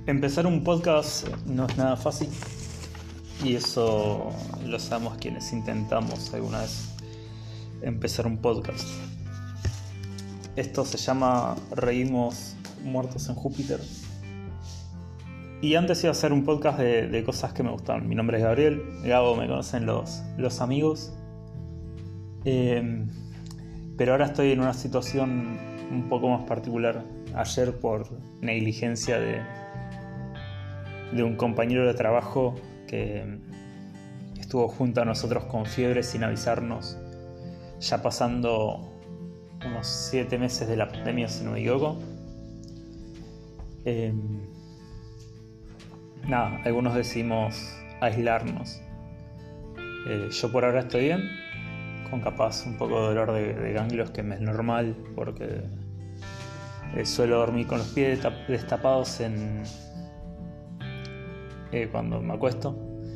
Empezar un podcast no es nada fácil y eso lo sabemos quienes intentamos alguna vez empezar un podcast. Esto se llama Reímos Muertos en Júpiter. Y antes iba a hacer un podcast de cosas que me gustan. Mi nombre es Gabriel, Gabo me conocen los amigos. Pero ahora estoy en una situación un poco más particular. Ayer, por negligencia de un compañero de trabajo que estuvo junto a nosotros con fiebre sin avisarnos, ya pasando unos 7 meses de la pandemia, si no me equivoco. Algunos decidimos aislarnos. Yo por ahora estoy bien, con capaz un poco de dolor de ganglios, que me es normal porque suelo dormir con los pies destapados cuando me acuesto.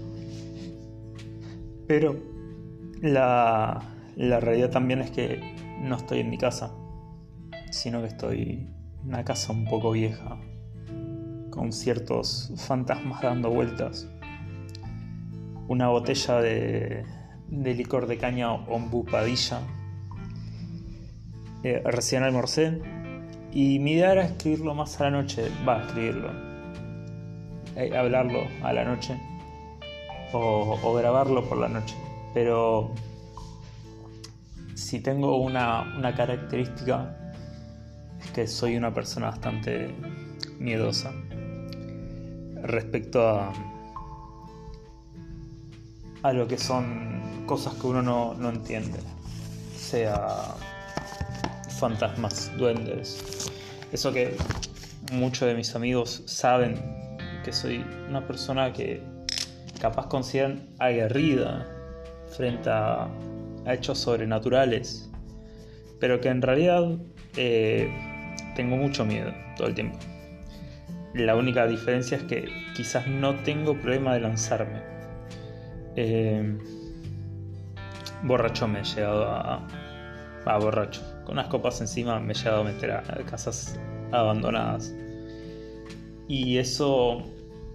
Pero la realidad también es que no estoy en mi casa, sino que estoy en una casa un poco vieja, con ciertos fantasmas dando vueltas. Una botella de licor de caña Ombú Padilla. Recién almorcé y mi idea era escribirlo más a la noche. Hablarlo a la noche o grabarlo por la noche. Pero si tengo una característica, es que soy una persona bastante miedosa respecto a lo que son cosas que uno no entiende, sea fantasmas, duendes. Eso que muchos de mis amigos saben, que soy una persona que capaz consideran aguerrida frente a hechos sobrenaturales, pero que en realidad tengo mucho miedo todo el tiempo. La única diferencia es que quizás no tengo problema de lanzarme. Borracho me he llegado borracho, con unas copas encima me he llegado a meter a casas abandonadas, y eso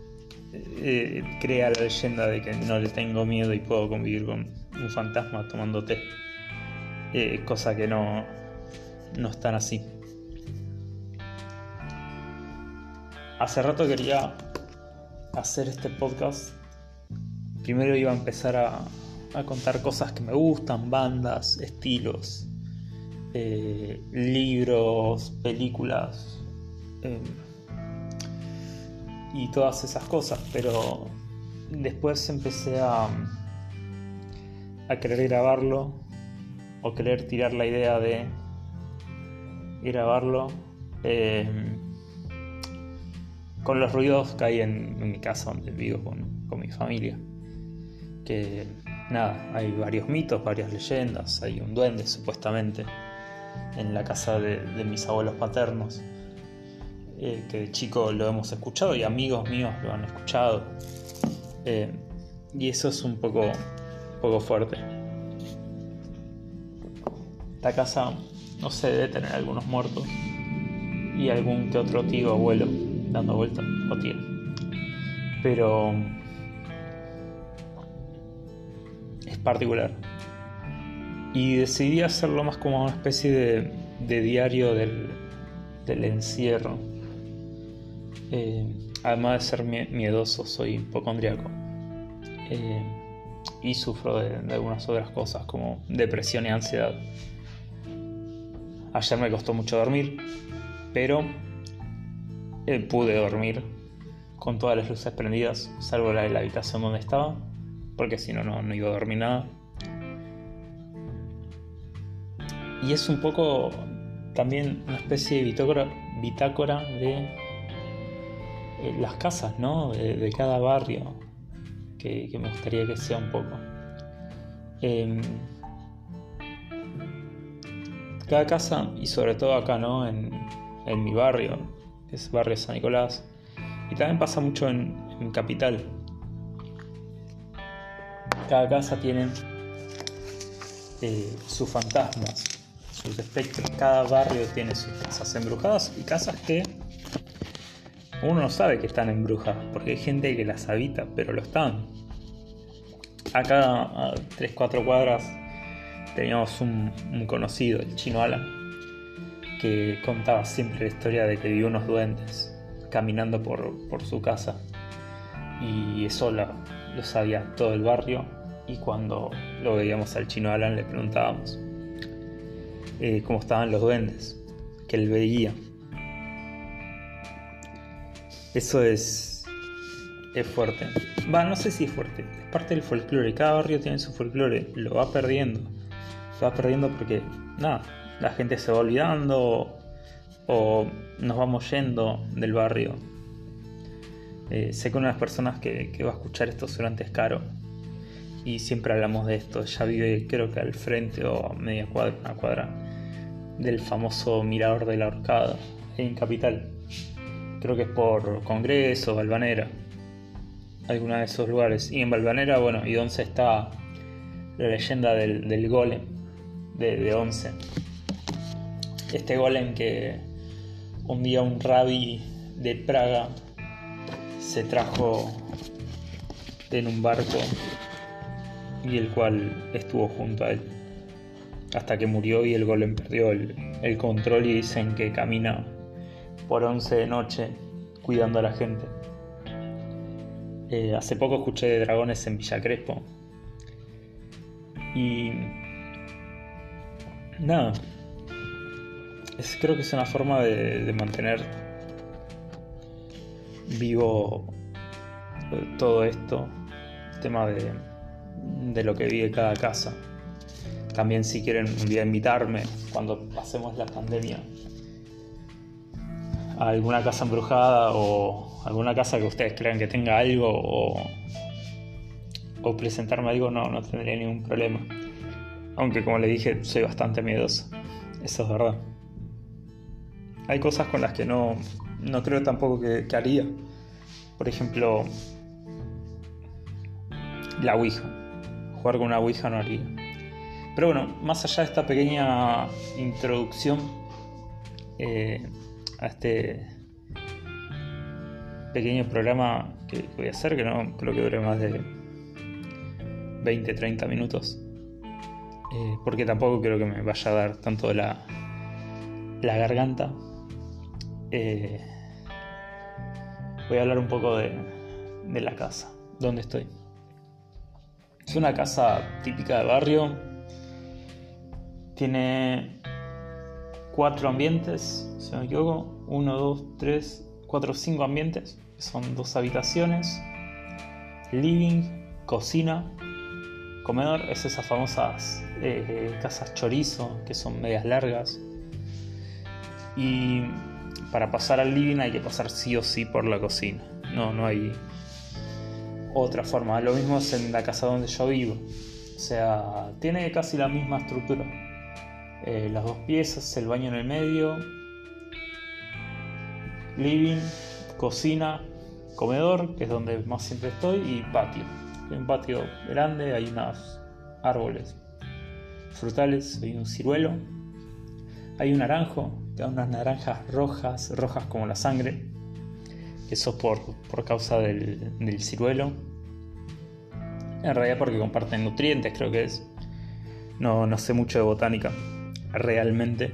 crea la leyenda de que no le tengo miedo y puedo convivir con un fantasma tomando té, cosa que no es tan así. Hace rato quería hacer este podcast. Primero iba a empezar a contar cosas que me gustan, bandas, estilos, libros, películas, y todas esas cosas, pero después empecé a querer grabarlo, o querer tirar la idea de grabarlo con los ruidos que hay en mi casa donde vivo con mi familia. Que hay varios mitos, varias leyendas. Hay un duende supuestamente en la casa de mis abuelos paternos, que de chico lo hemos escuchado y amigos míos lo han escuchado, y eso es un poco fuerte. Esta casa, no sé, debe tener algunos muertos y algún que otro tío, abuelo dando vueltas, o tío, pero es particular, y decidí hacerlo más como una especie de diario del encierro. Además de ser miedoso, soy hipocondríaco, y sufro de algunas otras cosas como depresión y ansiedad. Ayer me costó mucho dormir, pero pude dormir con todas las luces prendidas, salvo la de la habitación donde estaba, porque si no iba a dormir nada. Y es un poco también una especie de bitácora de las casas, ¿no? De cada barrio, que me gustaría que sea un poco. Cada casa, y sobre todo acá, ¿no? En mi barrio, que es barrio San Nicolás, y también pasa mucho en Capital. Cada casa tiene sus fantasmas, sus espectros. Cada barrio tiene sus casas embrujadas y casas que uno no sabe que están embrujadas, porque hay gente que las habita, pero lo están. Acá a 3-4 cuadras teníamos un conocido, el Chino Alan, que contaba siempre la historia de que vio unos duendes caminando por su casa, y eso lo sabía todo el barrio, y cuando lo veíamos al Chino Alan le preguntábamos cómo estaban los duendes que él veía. Eso es fuerte. No sé si es fuerte, es parte del folclore. Cada barrio tiene su folclore, lo va perdiendo. Se va perdiendo porque, la gente se va olvidando o nos vamos yendo del barrio. Sé que una de las personas que va a escuchar esto seguramente es Caro, y siempre hablamos de esto. Ella vive, creo que al frente o a media cuadra, una cuadra del famoso Mirador de la Horcada en Capital. Creo que es por Congreso, Valvanera, alguna de esos lugares. Y en Valvanera, y Once está la leyenda del golem de Once. Este golem que un día un rabí de Praga se trajo en un barco, y el cual estuvo junto a él hasta que murió, y el golem perdió el control, y dicen que camina por Once de noche cuidando a la gente. Hace poco escuché de dragones en Villa Crespo, y creo que es una forma de mantener vivo todo esto, el tema de lo que vive cada casa. También, si quieren un día invitarme cuando pasemos la pandemia a alguna casa embrujada o alguna casa que ustedes crean que tenga algo, o presentarme algo, no tendría ningún problema. Aunque, como le dije, soy bastante miedoso. Eso es verdad. Hay cosas con las que no creo tampoco que haría. Por ejemplo, la Ouija. Jugar con una Ouija no haría. Pero bueno, más allá de esta pequeña introducción a este pequeño programa que voy a hacer, que no creo que dure más de 20-30 minutos, porque tampoco creo que me vaya a dar tanto la garganta. Voy a hablar un poco de la casa donde estoy. Es una casa típica de barrio. Tiene 4 ambientes, si no me equivoco. 1, 2, 3, 4, 5 ambientes. Son 2 habitaciones, living, cocina, comedor. Es esas famosas casas chorizo, que son medias largas. Y para pasar al living hay que pasar sí o sí por la cocina. No hay otra forma. Lo mismo es en la casa donde yo vivo. O sea, tiene casi la misma estructura. Las 2 piezas, el baño en el medio, living, cocina, comedor, que es donde más siempre estoy, y patio. Hay un patio grande, hay unos árboles frutales, hay un ciruelo, hay un naranjo, que da unas naranjas rojas como la sangre, que eso por causa del ciruelo. En realidad porque comparten nutrientes, creo que es. No sé mucho de botánica realmente.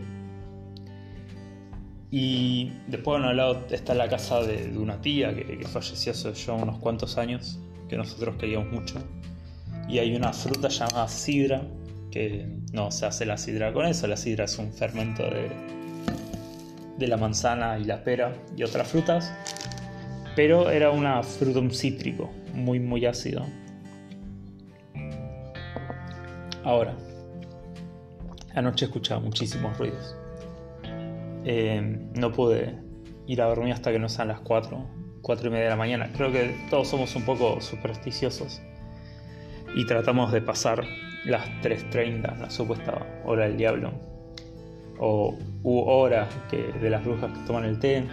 Y después, al lado está la casa de una tía que falleció hace ya unos cuantos años, que nosotros queríamos mucho. Y hay una fruta llamada sidra, que no se hace la sidra con eso. La sidra es un fermento de la manzana y la pera y otras frutas, pero era un cítrico muy muy ácido. Ahora, anoche escuchaba muchísimos ruidos. No pude ir a dormir hasta que no sean las 4:30 de la mañana. Creo que todos somos un poco supersticiosos y tratamos de pasar las 3:30, la supuesta hora del diablo, o hora de las brujas que toman el té,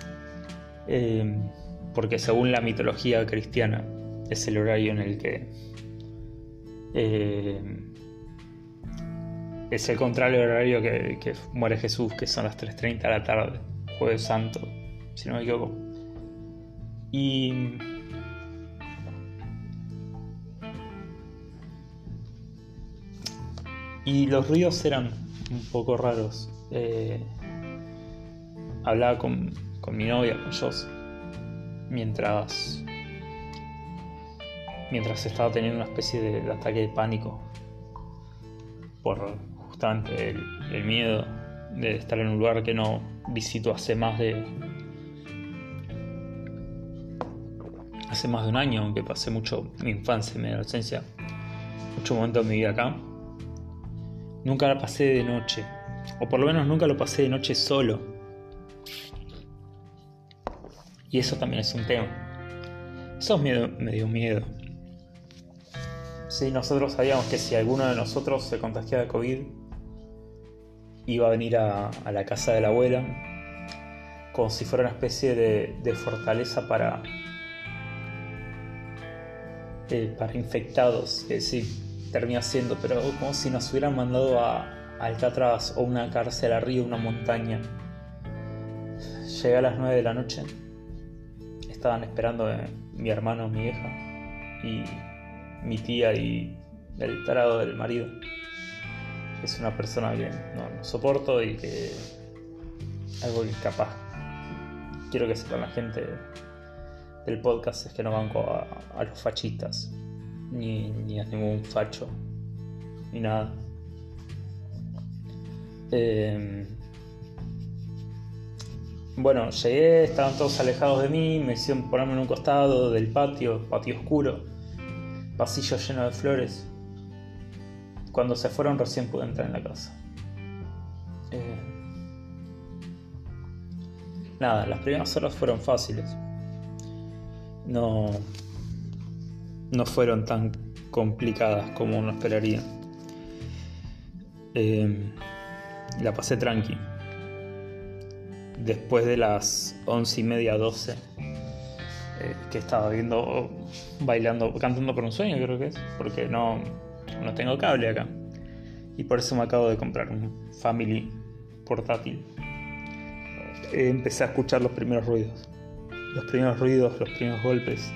porque según la mitología cristiana es el horario en el que es el contrario horario que muere Jesús, que son las 3:30 de la tarde, Jueves Santo, si no me equivoco. Y los ruidos eran un poco raros. Hablaba con mi novia, con Joss, mientras estaba teniendo una especie de ataque de pánico por justamente el miedo de estar en un lugar que no visito hace más de un año, aunque pasé mucho mi infancia y mi adolescencia, muchos momentos de mi vida acá. Nunca la pasé de noche, o por lo menos nunca lo pasé de noche solo. Y eso también es un tema. Eso me dio miedo. Sí, nosotros sabíamos que si alguno de nosotros se contagiaba de COVID, iba a venir a la casa de la abuela, como si fuera una especie de fortaleza para infectados, que sí, termina siendo, pero como si nos hubieran mandado a Alcatraz o una cárcel arriba, una montaña. Llegué a las 9 de la noche, estaban esperando mi hermano, mi vieja y mi tía y el tarado del marido, que es una persona que no soporto y que algo que capaz quiero que sepan la gente del podcast es que no banco a los fascistas ni a ningún facho ni nada. Bueno, llegué, estaban todos alejados de mí, me hicieron ponerme en un costado del patio oscuro, pasillo lleno de flores. Cuando se fueron recién pude entrar en la casa. Nada, las primeras horas fueron fáciles. No fueron tan complicadas como uno esperaría. La pasé tranqui. Después de las 11:30, 12, que estaba bailando, cantando por un sueño, creo que es, porque no tengo cable acá. Y por eso me acabo de comprar un Family portátil. Empecé a escuchar los primeros ruidos, los primeros golpes.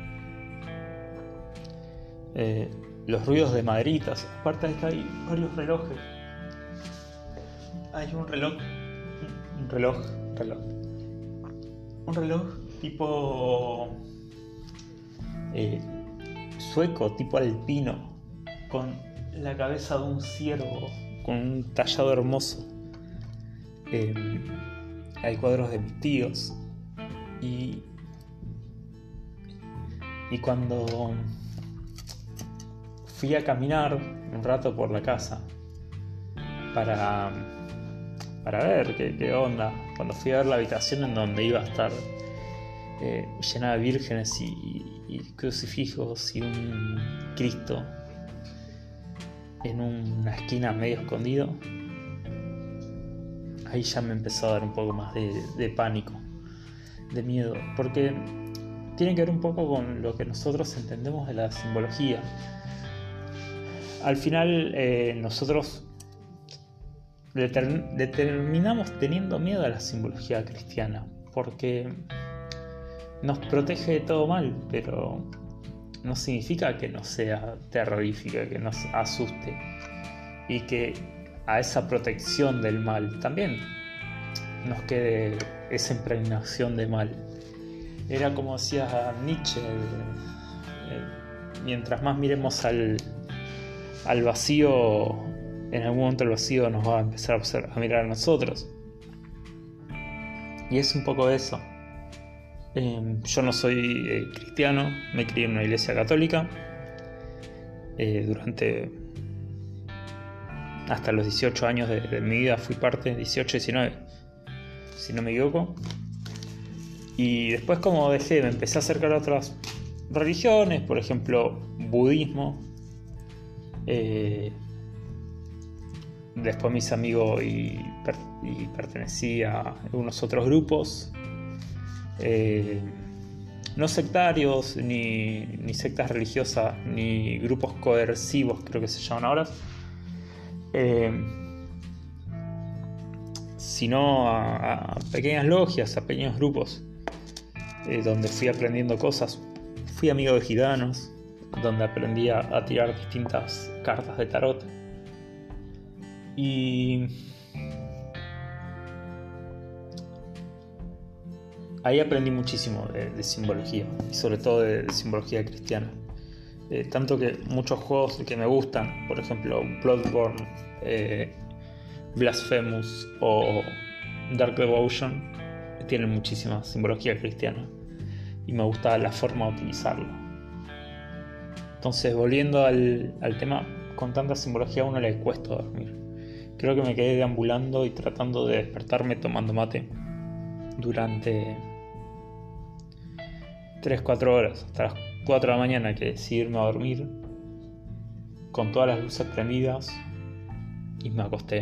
Los ruidos de maderitas. Aparte de que hay varios relojes. Hay un reloj tipo sueco, tipo alpino, con la cabeza de un ciervo, con un tallado hermoso. Hay cuadros de mis tíos y cuando fui a caminar un rato por la casa para ver qué onda, cuando fui a ver la habitación en donde iba a estar llena de vírgenes y crucifijos y un Cristo en una esquina medio escondido, ahí ya me empezó a dar un poco más de pánico, de miedo, porque tiene que ver un poco con lo que nosotros entendemos de la simbología. Al final nosotros determinamos teniendo miedo a la simbología cristiana, porque nos protege de todo mal, pero no significa que no sea terrorífica, que nos asuste, y que a esa protección del mal también nos quede esa impregnación de mal. Era como decía Nietzsche, mientras más miremos al vacío, en algún momento el vacío nos va a empezar a mirar a nosotros. Y es un poco eso. Yo no soy cristiano, me crié en una iglesia católica durante hasta los 18 años de mi vida fui parte, 18, 19, si no me equivoco. Y después, como dejé, me empecé a acercar a otras religiones, por ejemplo, budismo. Después me hice amigo y pertenecí a unos otros grupos, no sectarios, ni sectas religiosas, ni grupos coercivos, creo que se llaman ahora, sino a pequeñas logias, a pequeños grupos donde fui aprendiendo cosas. Fui amigo de gitanos, donde aprendí a tirar distintas cartas de tarot. Y ahí aprendí muchísimo de simbología, y sobre todo de simbología cristiana. Tanto que muchos juegos que me gustan, por ejemplo Bloodborne, Blasphemous o Dark Devotion, tienen muchísima simbología cristiana y me gusta la forma de utilizarlo. Entonces, volviendo al tema, con tanta simbología a uno le cuesta dormir. Creo que me quedé deambulando y tratando de despertarme tomando mate durante 3-4 horas, hasta las 4 de la mañana, que decidí irme a dormir con todas las luces prendidas y me acosté.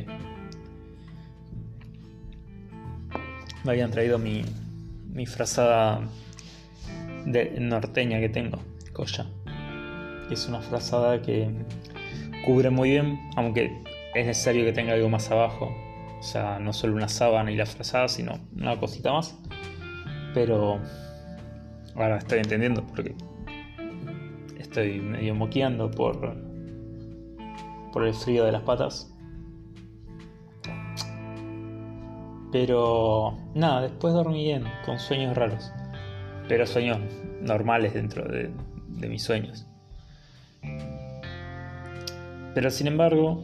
Me habían traído mi frazada norteña que tengo, Colla. Es una frazada que cubre muy bien, aunque es necesario que tenga algo más abajo. O sea, no solo una sábana y la frazada, sino una cosita más. Pero ahora estoy entendiendo porque estoy medio moqueando por el frío de las patas. Pero nada, después dormí bien, con sueños raros. Pero sueños normales dentro de mis sueños. Pero sin embargo,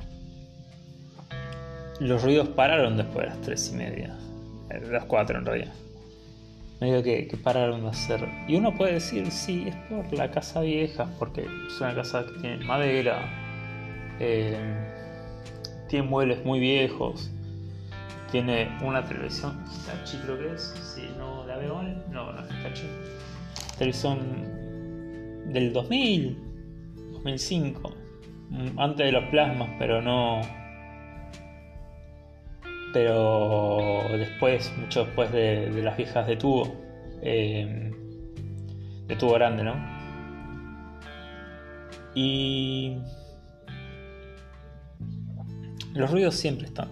los ruidos pararon después de las 3:30. De las 4 en realidad. Medio que pararon de hacer. Y uno puede decir, sí, es por la casa vieja, porque es una casa que tiene madera, tiene muebles muy viejos, tiene una televisión Hitachi, creo que es, si no la veo mal, no es Hitachi, televisión del 2000, 2005, antes de los plasmas, pero después, mucho después de las viejas de tubo grande, ¿no? Y los ruidos siempre están.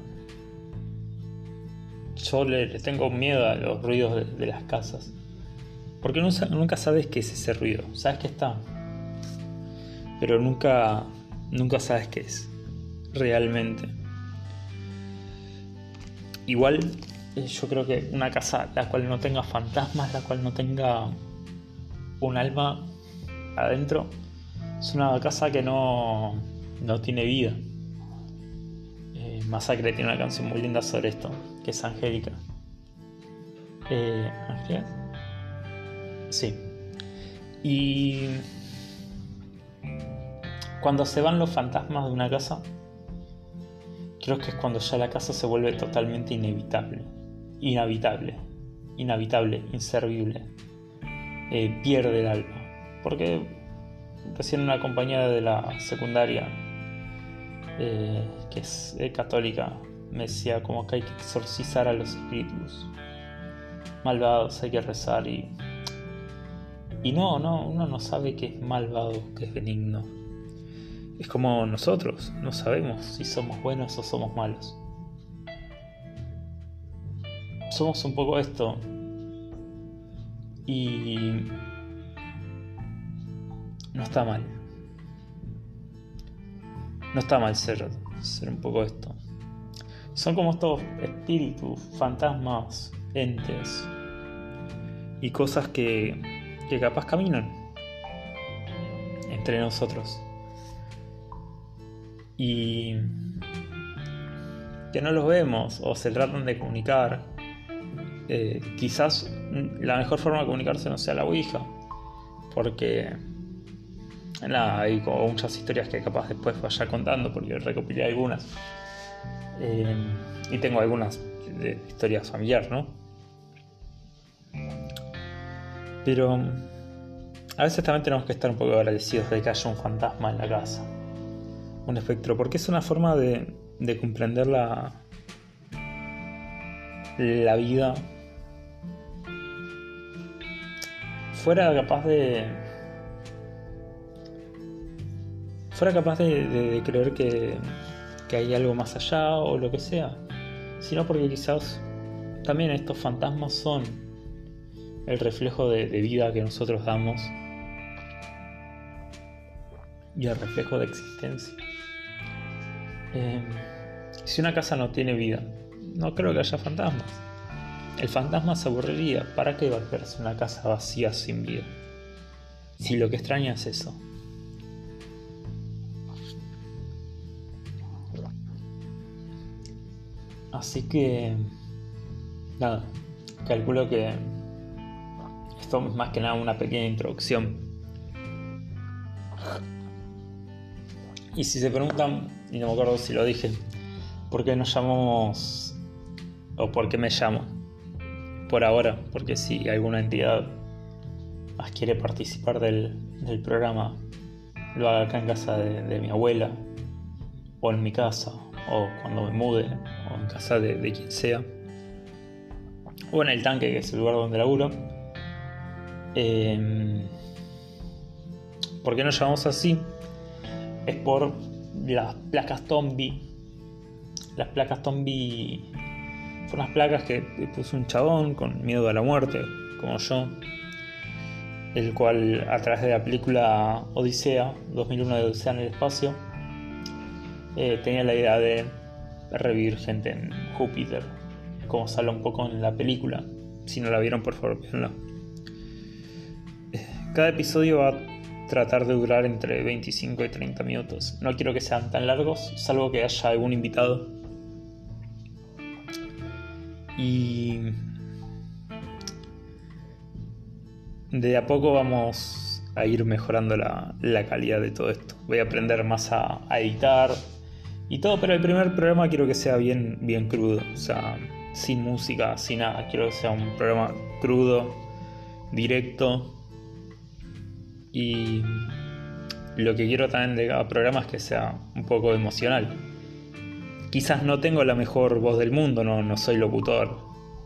Yo le tengo miedo a los ruidos de las casas, porque nunca sabes qué es ese ruido. Sabes que está, pero nunca sabes qué es realmente. Igual, yo creo que una casa la cual no tenga fantasmas, la cual no tenga un alma adentro, es una casa que no tiene vida. Masacre tiene una canción muy linda sobre esto, que es Angélica. ¿Angélica? Sí. Y cuando se van los fantasmas de una casa, creo que es cuando ya la casa se vuelve totalmente inhabitable, inservible. Pierde el alma. Porque recién una compañera de la secundaria, que es católica, me decía como que hay que exorcizar a los espíritus malvados, hay que rezar y no, uno no sabe qué es malvado, qué es benigno. Es como nosotros, no sabemos si somos buenos o somos malos. Somos un poco esto. Y no está mal. No está mal ser un poco esto. Son como estos espíritus, fantasmas, entes y cosas que capaz caminan entre nosotros y que no los vemos o se tratan de comunicar. Quizás la mejor forma de comunicarse no sea la Ouija, porque hay como muchas historias que capaz después vaya contando, porque recopilé algunas y tengo algunas de historias familiares, ¿no? Pero a veces también tenemos que estar un poco agradecidos de que haya un fantasma en la casa, un espectro, porque es una forma de comprender la vida fuera capaz de creer que hay algo más allá o lo que sea, sino porque quizás también estos fantasmas son el reflejo de vida que nosotros damos y el reflejo de existencia. Si una casa no tiene vida, no creo que haya fantasmas. El fantasma se aburriría. ¿Para qué va a verse una casa vacía sin vida? Si lo que extraña es eso. Así que nada, calculo que esto es más que nada una pequeña introducción. Y si se preguntan, y no me acuerdo si lo dije, ¿por qué nos llamamos o por qué me llamo? Por ahora, porque si alguna entidad más quiere participar del programa, lo haga acá en casa de mi abuela, o en mi casa, o cuando me mude, o en casa de quien sea, o en el tanque, que es el lugar donde laburo. ¿Por qué nos llamamos así? Es por las placas Tombi. Las placas Tombi son unas placas que puso un chabón con miedo a la muerte, como yo, el cual, a través de la película Odisea, 2001 de Odisea en el espacio, tenía la idea de revivir gente en Júpiter, como sale un poco en la película. Si no la vieron, por favor, véanla. Cada episodio va a tratar de durar entre 25 y 30 minutos. No quiero que sean tan largos, salvo que haya algún invitado. Y de a poco vamos a ir mejorando la calidad de todo esto. Voy a aprender más a editar y todo, pero el primer programa quiero que sea bien crudo. O sea, sin música, sin nada. Quiero que sea un programa crudo, directo. Y lo que quiero también de cada programa es que sea un poco emocional. Quizás no tengo la mejor voz del mundo, no soy locutor,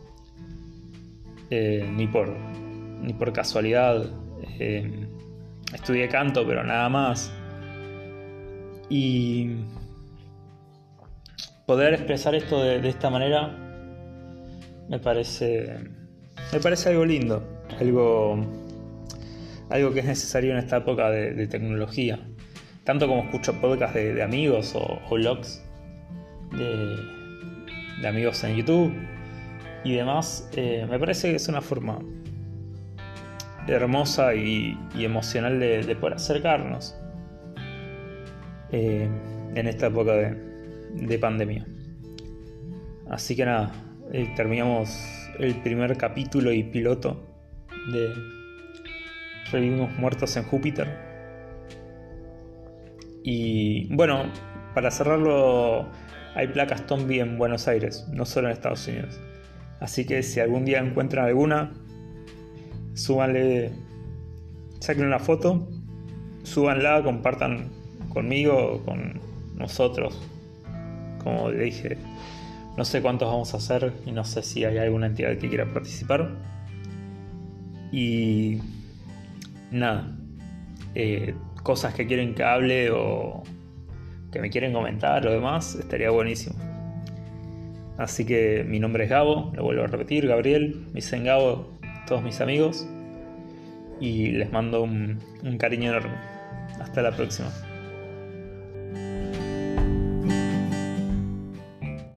ni por casualidad. Estudié canto, pero nada más. Y poder expresar esto de esta manera me parece algo lindo, algo que es necesario en esta época de tecnología. Tanto como escucho podcasts de amigos o vlogs de amigos en YouTube y demás, me parece que es una forma hermosa y emocional de poder acercarnos en esta época de pandemia. Así que nada, terminamos el primer capítulo y piloto de Revivimos Muertos en Júpiter. Y bueno, para cerrarlo, hay placas Tombi en Buenos Aires, no solo en Estados Unidos. Así que si algún día encuentran alguna, súbanle, saquen una foto, súbanla, compartan conmigo, con nosotros. Como le dije, no sé cuántos vamos a hacer y no sé si hay alguna entidad que quiera participar. Y nada, cosas que quieren que hable o que me quieren comentar o demás, estaría buenísimo. Así que mi nombre es Gabo, lo vuelvo a repetir, Gabriel, me dicen Gabo todos mis amigos, y les mando un cariño enorme. Hasta la próxima.